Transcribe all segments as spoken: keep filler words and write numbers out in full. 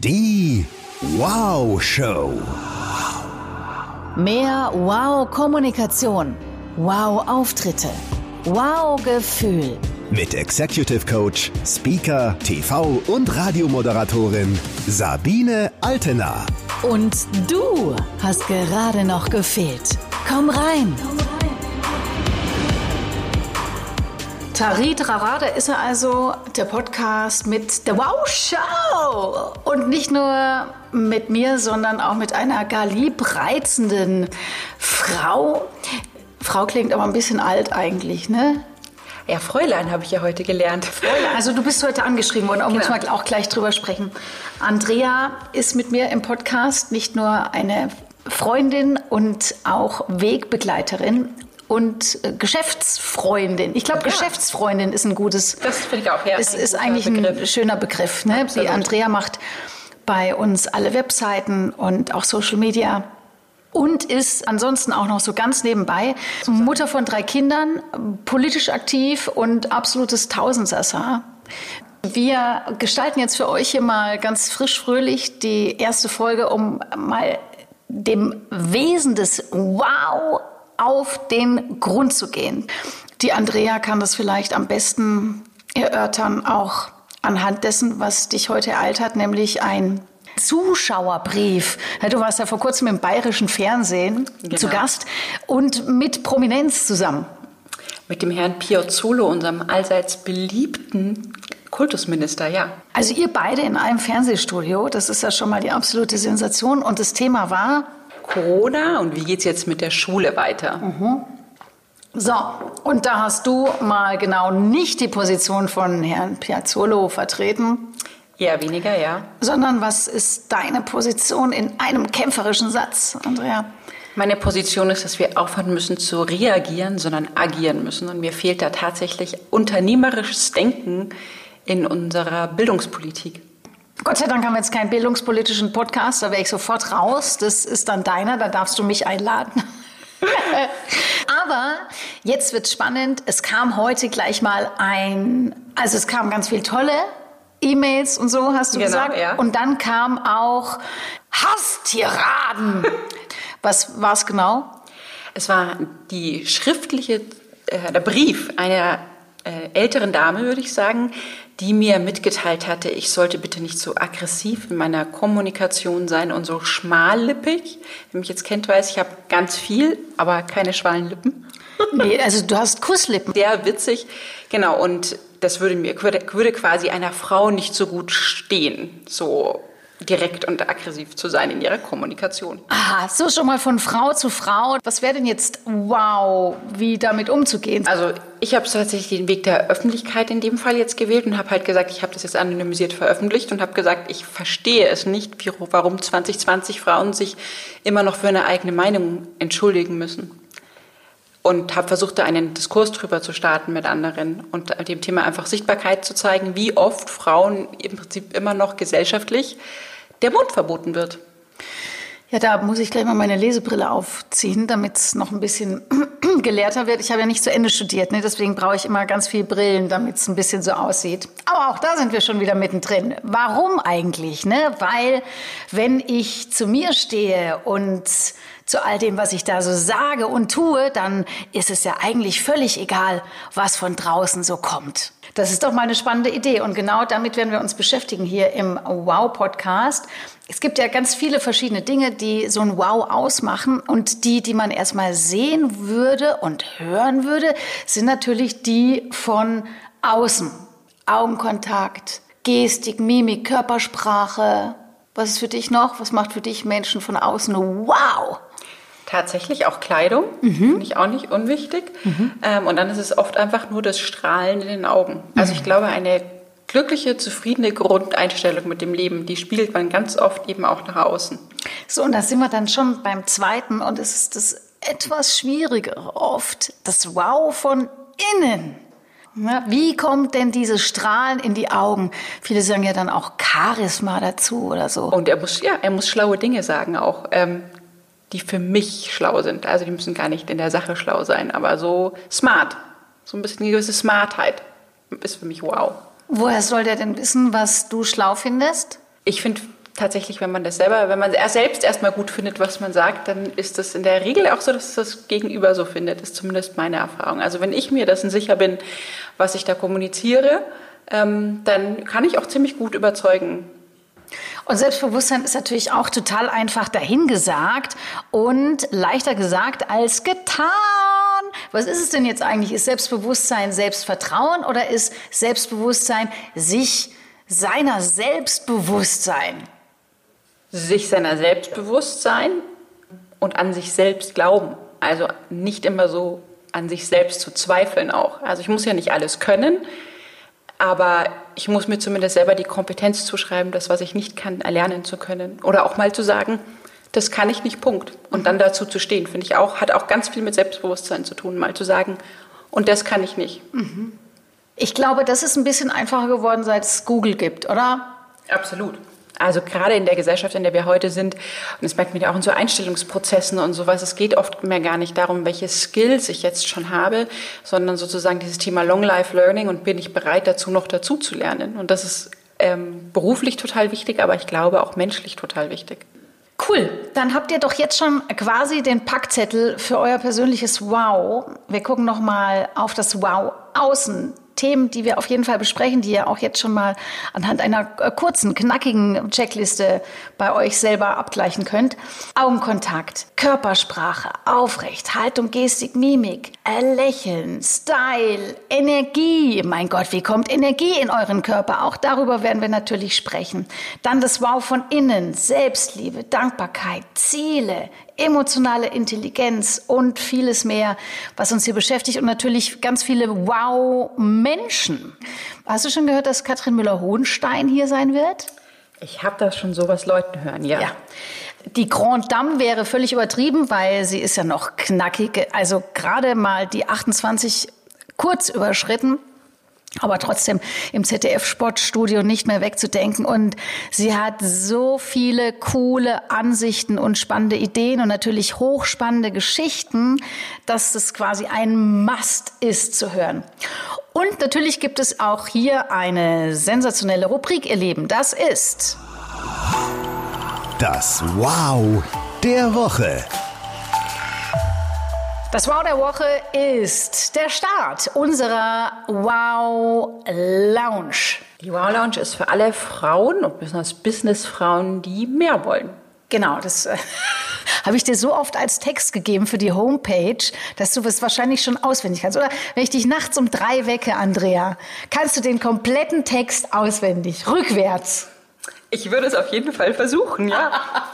Die Wow-Show. Mehr Wow-Kommunikation, Wow-Auftritte, Wow-Gefühl. Mit Executive Coach, Speaker, T V- und Radiomoderatorin Sabine Altena. Und du hast gerade noch gefehlt. Komm rein. Tarit Rarada ist er also, der Podcast mit der Wow-Show. Und nicht nur mit mir, sondern auch mit einer gar liebreizenden Frau. Frau klingt aber ein bisschen alt eigentlich, ne? Ja, Fräulein habe ich ja heute gelernt. Fräulein, also du bist heute angeschrieben worden, auch genau. Müssen wir auch gleich drüber sprechen. Andrea ist mit mir im Podcast nicht nur eine Freundin und auch Wegbegleiterin und Geschäftsfreundin. Ich glaube, ja. Geschäftsfreundin ist ein gutes... Das finde ich auch, ja. Es ist eigentlich Begriff. Ein schöner Begriff. Ne? Die Andrea macht bei uns alle Webseiten und auch Social Media und ist ansonsten auch noch so ganz nebenbei Mutter von drei Kindern, politisch aktiv und absolutes Tausendsassa. Wir gestalten jetzt für euch hier mal ganz frisch fröhlich die erste Folge, um mal dem Wesen des Wow auf den Grund zu gehen. Die Andrea kann das vielleicht am besten erörtern, auch anhand dessen, was dich heute ereilt hat, nämlich ein Zuschauerbrief. Du warst ja vor kurzem im bayerischen Fernsehen genau. zu Gast und mit Prominenz zusammen. Mit dem Herrn Piazzolo, unserem allseits beliebten Kultusminister, ja. Also ihr beide in einem Fernsehstudio, das ist ja schon mal die absolute Sensation. Und das Thema war? Corona und wie geht's jetzt mit der Schule weiter? Mhm. So, und da hast du mal genau nicht die Position von Herrn Piazzolo vertreten. Eher weniger, ja. Sondern was ist deine Position in einem kämpferischen Satz, Andrea? Meine Position ist, dass wir aufhören müssen zu reagieren, sondern agieren müssen. Und mir fehlt da tatsächlich unternehmerisches Denken in unserer Bildungspolitik. Gott sei Dank haben wir jetzt keinen bildungspolitischen Podcast, da wäre ich sofort raus. Das ist dann deiner, da darfst du mich einladen. Aber jetzt wird's spannend. Es kam heute gleich mal ein, also es kamen ganz viele tolle E-Mails und so, hast du genau, gesagt. Ja. Und dann kam auch Hasstiraden. Was war es genau? Es war die schriftliche, äh, der Brief einer äh, älteren Dame, würde ich sagen, die mir mitgeteilt hatte, ich sollte bitte nicht so aggressiv in meiner Kommunikation sein und so schmallippig. Wer mich jetzt kennt, weiß, ich habe ganz viel, aber keine schmalen Lippen. Nee, also du hast Kusslippen. Sehr witzig, genau. Und das würde mir würde quasi einer Frau nicht so gut stehen, so direkt und aggressiv zu sein in ihrer Kommunikation. Aha, so schon mal von Frau zu Frau. Was wäre denn jetzt wow, wie damit umzugehen? Also ich habe tatsächlich den Weg der Öffentlichkeit in dem Fall jetzt gewählt und habe halt gesagt, ich habe das jetzt anonymisiert veröffentlicht und habe gesagt, ich verstehe es nicht, wie, warum zwanzig zwanzig Frauen sich immer noch für eine eigene Meinung entschuldigen müssen. Und habe versucht, da einen Diskurs drüber zu starten mit anderen und dem Thema einfach Sichtbarkeit zu zeigen, wie oft Frauen im Prinzip immer noch gesellschaftlich der Mund verboten wird. Ja, da muss ich gleich mal meine Lesebrille aufziehen, damit es noch ein bisschen gelehrter wird. Ich habe ja nicht zu Ende studiert, ne? Deswegen brauche ich immer ganz viel Brillen, damit es ein bisschen so aussieht. Aber auch da sind wir schon wieder mittendrin. Warum eigentlich? Ne? Weil wenn ich zu mir stehe und zu all dem, was ich da so sage und tue, dann ist es ja eigentlich völlig egal, was von draußen so kommt. Das ist doch mal eine spannende Idee und genau damit werden wir uns beschäftigen hier im Wow-Podcast. Es gibt ja ganz viele verschiedene Dinge, die so ein Wow ausmachen und die, die man erstmal sehen würde und hören würde, sind natürlich die von außen. Augenkontakt, Gestik, Mimik, Körpersprache. Was ist für dich noch? Was macht für dich Menschen von außen wow? Tatsächlich auch Kleidung, mhm. finde ich auch nicht unwichtig. Mhm. Ähm, und dann ist es oft einfach nur das Strahlen in den Augen. Also mhm. ich glaube, eine glückliche, zufriedene Grundeinstellung mit dem Leben, die spielt man ganz oft eben auch nach außen. So, und da sind wir dann schon beim zweiten und es ist das etwas Schwierigere oft, das Wow von innen. Na, wie kommt denn dieses Strahlen in die Augen? Viele sagen ja dann auch Charisma dazu oder so. Und er muss, ja, er muss schlaue Dinge sagen auch. Ähm, die für mich schlau sind. Also die müssen gar nicht in der Sache schlau sein, aber so smart. So ein bisschen eine gewisse Smartheit ist für mich wow. Woher soll der denn wissen, was du schlau findest? Ich finde tatsächlich, wenn man das selber, wenn man erst selbst erstmal gut findet, was man sagt, dann ist das in der Regel auch so, dass das Gegenüber so findet. Das ist zumindest meine Erfahrung. Also wenn ich mir dessen sicher bin, was ich da kommuniziere, ähm, dann kann ich auch ziemlich gut überzeugen. Und Selbstbewusstsein ist natürlich auch total einfach dahingesagt und leichter gesagt als getan. Was ist es denn jetzt eigentlich? Ist Selbstbewusstsein Selbstvertrauen oder ist Selbstbewusstsein sich seiner Selbstbewusstsein? Sich seiner Selbstbewusstsein und an sich selbst glauben. Also nicht immer so an sich selbst zu zweifeln auch. Also ich muss ja nicht alles können, aber ich muss mir zumindest selber die Kompetenz zuschreiben, das, was ich nicht kann, erlernen zu können. Oder auch mal zu sagen, das kann ich nicht, Punkt. Und dann dazu zu stehen, finde ich auch, hat auch ganz viel mit Selbstbewusstsein zu tun, mal zu sagen, und das kann ich nicht. Ich glaube, das ist ein bisschen einfacher geworden, seit es Google gibt, oder? Absolut. Also gerade in der Gesellschaft, in der wir heute sind, und das merkt man ja auch in so Einstellungsprozessen und sowas, es geht oft mehr gar nicht darum, welche Skills ich jetzt schon habe, sondern sozusagen dieses Thema Long Life Learning und bin ich bereit dazu, noch dazu zu lernen. Und das ist ähm, beruflich total wichtig, aber ich glaube auch menschlich total wichtig. Cool, dann habt ihr doch jetzt schon quasi den Packzettel für euer persönliches Wow. Wir gucken noch mal auf das Wow außen. Themen, die wir auf jeden Fall besprechen, die ihr auch jetzt schon mal anhand einer kurzen, knackigen Checkliste bei euch selber abgleichen könnt. Augenkontakt, Körpersprache, aufrecht, Haltung, Gestik, Mimik, Lächeln, Style, Energie. Mein Gott, wie kommt Energie in euren Körper? Auch darüber werden wir natürlich sprechen. Dann das Wow von innen, Selbstliebe, Dankbarkeit, Ziele, emotionale Intelligenz und vieles mehr, was uns hier beschäftigt und natürlich ganz viele Wow-Menschen. Hast du schon gehört, dass Katrin Müller-Hohenstein hier sein wird? Ich habe das schon sowas Leuten hören, ja. ja. Die Grande Dame wäre völlig übertrieben, weil sie ist ja noch knackig, also gerade mal die achtundzwanzig kurz überschritten. Aber trotzdem im Z D F-Sportstudio nicht mehr wegzudenken. Und sie hat so viele coole Ansichten und spannende Ideen und natürlich hochspannende Geschichten, dass es quasi ein Must ist zu hören. Und natürlich gibt es auch hier eine sensationelle Rubrik, ihr Lieben. Das ist das Wow der Woche. Das Wow der Woche ist der Start unserer Wow Lounge. Die Wow Lounge ist für alle Frauen und besonders Businessfrauen, die mehr wollen. Genau, das äh, habe ich dir so oft als Text gegeben für die Homepage, dass du es wahrscheinlich schon auswendig kannst. Oder wenn ich dich nachts um drei wecke, Andrea, kannst du den kompletten Text auswendig, rückwärts. Ich würde es auf jeden Fall versuchen, ja.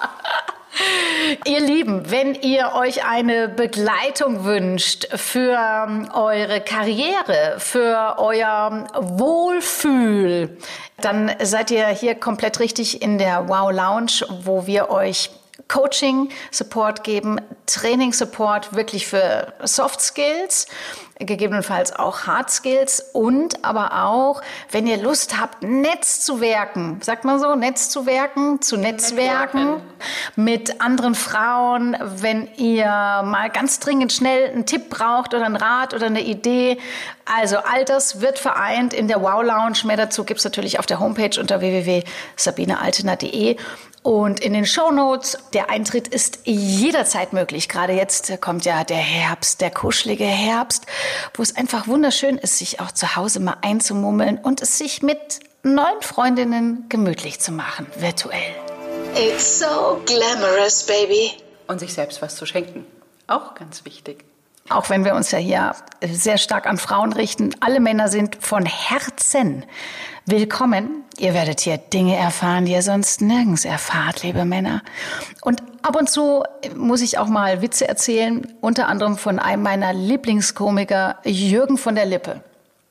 Ihr Lieben, wenn ihr euch eine Begleitung wünscht für eure Karriere, für euer Wohlfühl, dann seid ihr hier komplett richtig in der Wow Lounge, wo wir euch Coaching, Support geben, Training, Support wirklich für Soft Skills, gegebenenfalls auch Hard Skills und aber auch, wenn ihr Lust habt, Netz zu werken, sagt man so, Netz zu werken, zu Netzwerken mit anderen Frauen, wenn ihr mal ganz dringend schnell einen Tipp braucht oder einen Rat oder eine Idee. Also all das wird vereint in der Wow Lounge. Mehr dazu gibt's natürlich auf der Homepage unter w w w punkt sabine altena punkt de. Und in den Shownotes, der Eintritt ist jederzeit möglich. Gerade jetzt kommt ja der Herbst, der kuschelige Herbst, wo es einfach wunderschön ist, sich auch zu Hause mal einzumummeln und es sich mit neuen Freundinnen gemütlich zu machen, virtuell. It's so glamorous, baby. Und sich selbst was zu schenken. Auch ganz wichtig. Auch wenn wir uns ja hier sehr stark an Frauen richten. Alle Männer sind von Herzen willkommen. Ihr werdet hier Dinge erfahren, die ihr sonst nirgends erfahrt, liebe Männer. Und ab und zu muss ich auch mal Witze erzählen, unter anderem von einem meiner Lieblingskomiker, Jürgen von der Lippe.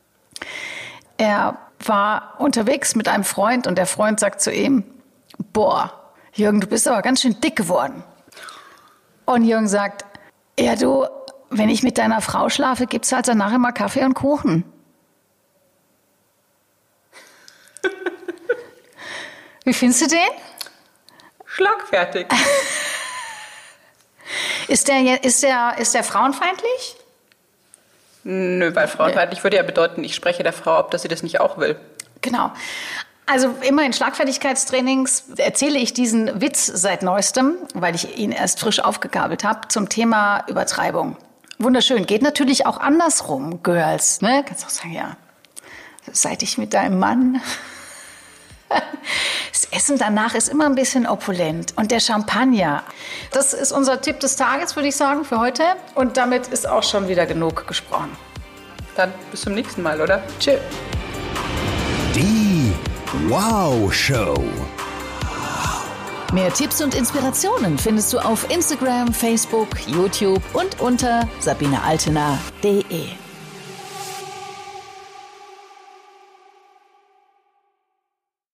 Er war unterwegs mit einem Freund und der Freund sagt zu ihm, boah, Jürgen, du bist aber ganz schön dick geworden. Und Jürgen sagt, ja du, wenn ich mit deiner Frau schlafe, gibt's halt danach immer Kaffee und Kuchen. Wie findest du den? Schlagfertig. Ist der, ist der, ist der frauenfeindlich? Nö, weil frauenfeindlich würde ja bedeuten, ich spreche der Frau ab, dass sie das nicht auch will. Genau. Also immer in Schlagfertigkeitstrainings erzähle ich diesen Witz seit Neuestem, weil ich ihn erst frisch aufgegabelt habe, zum Thema Übertreibung. Wunderschön. Geht natürlich auch andersrum, Girls. Ne? Kannst auch sagen, ja, seit ich mit deinem Mann... Das Essen danach ist immer ein bisschen opulent. Und der Champagner. Das ist unser Tipp des Tages, würde ich sagen, für heute. Und damit ist auch schon wieder genug gesprochen. Dann bis zum nächsten Mal, oder? Tschö. Die Wow-Show. Mehr Tipps und Inspirationen findest du auf Instagram, Facebook, YouTube und unter sabine altena punkt de.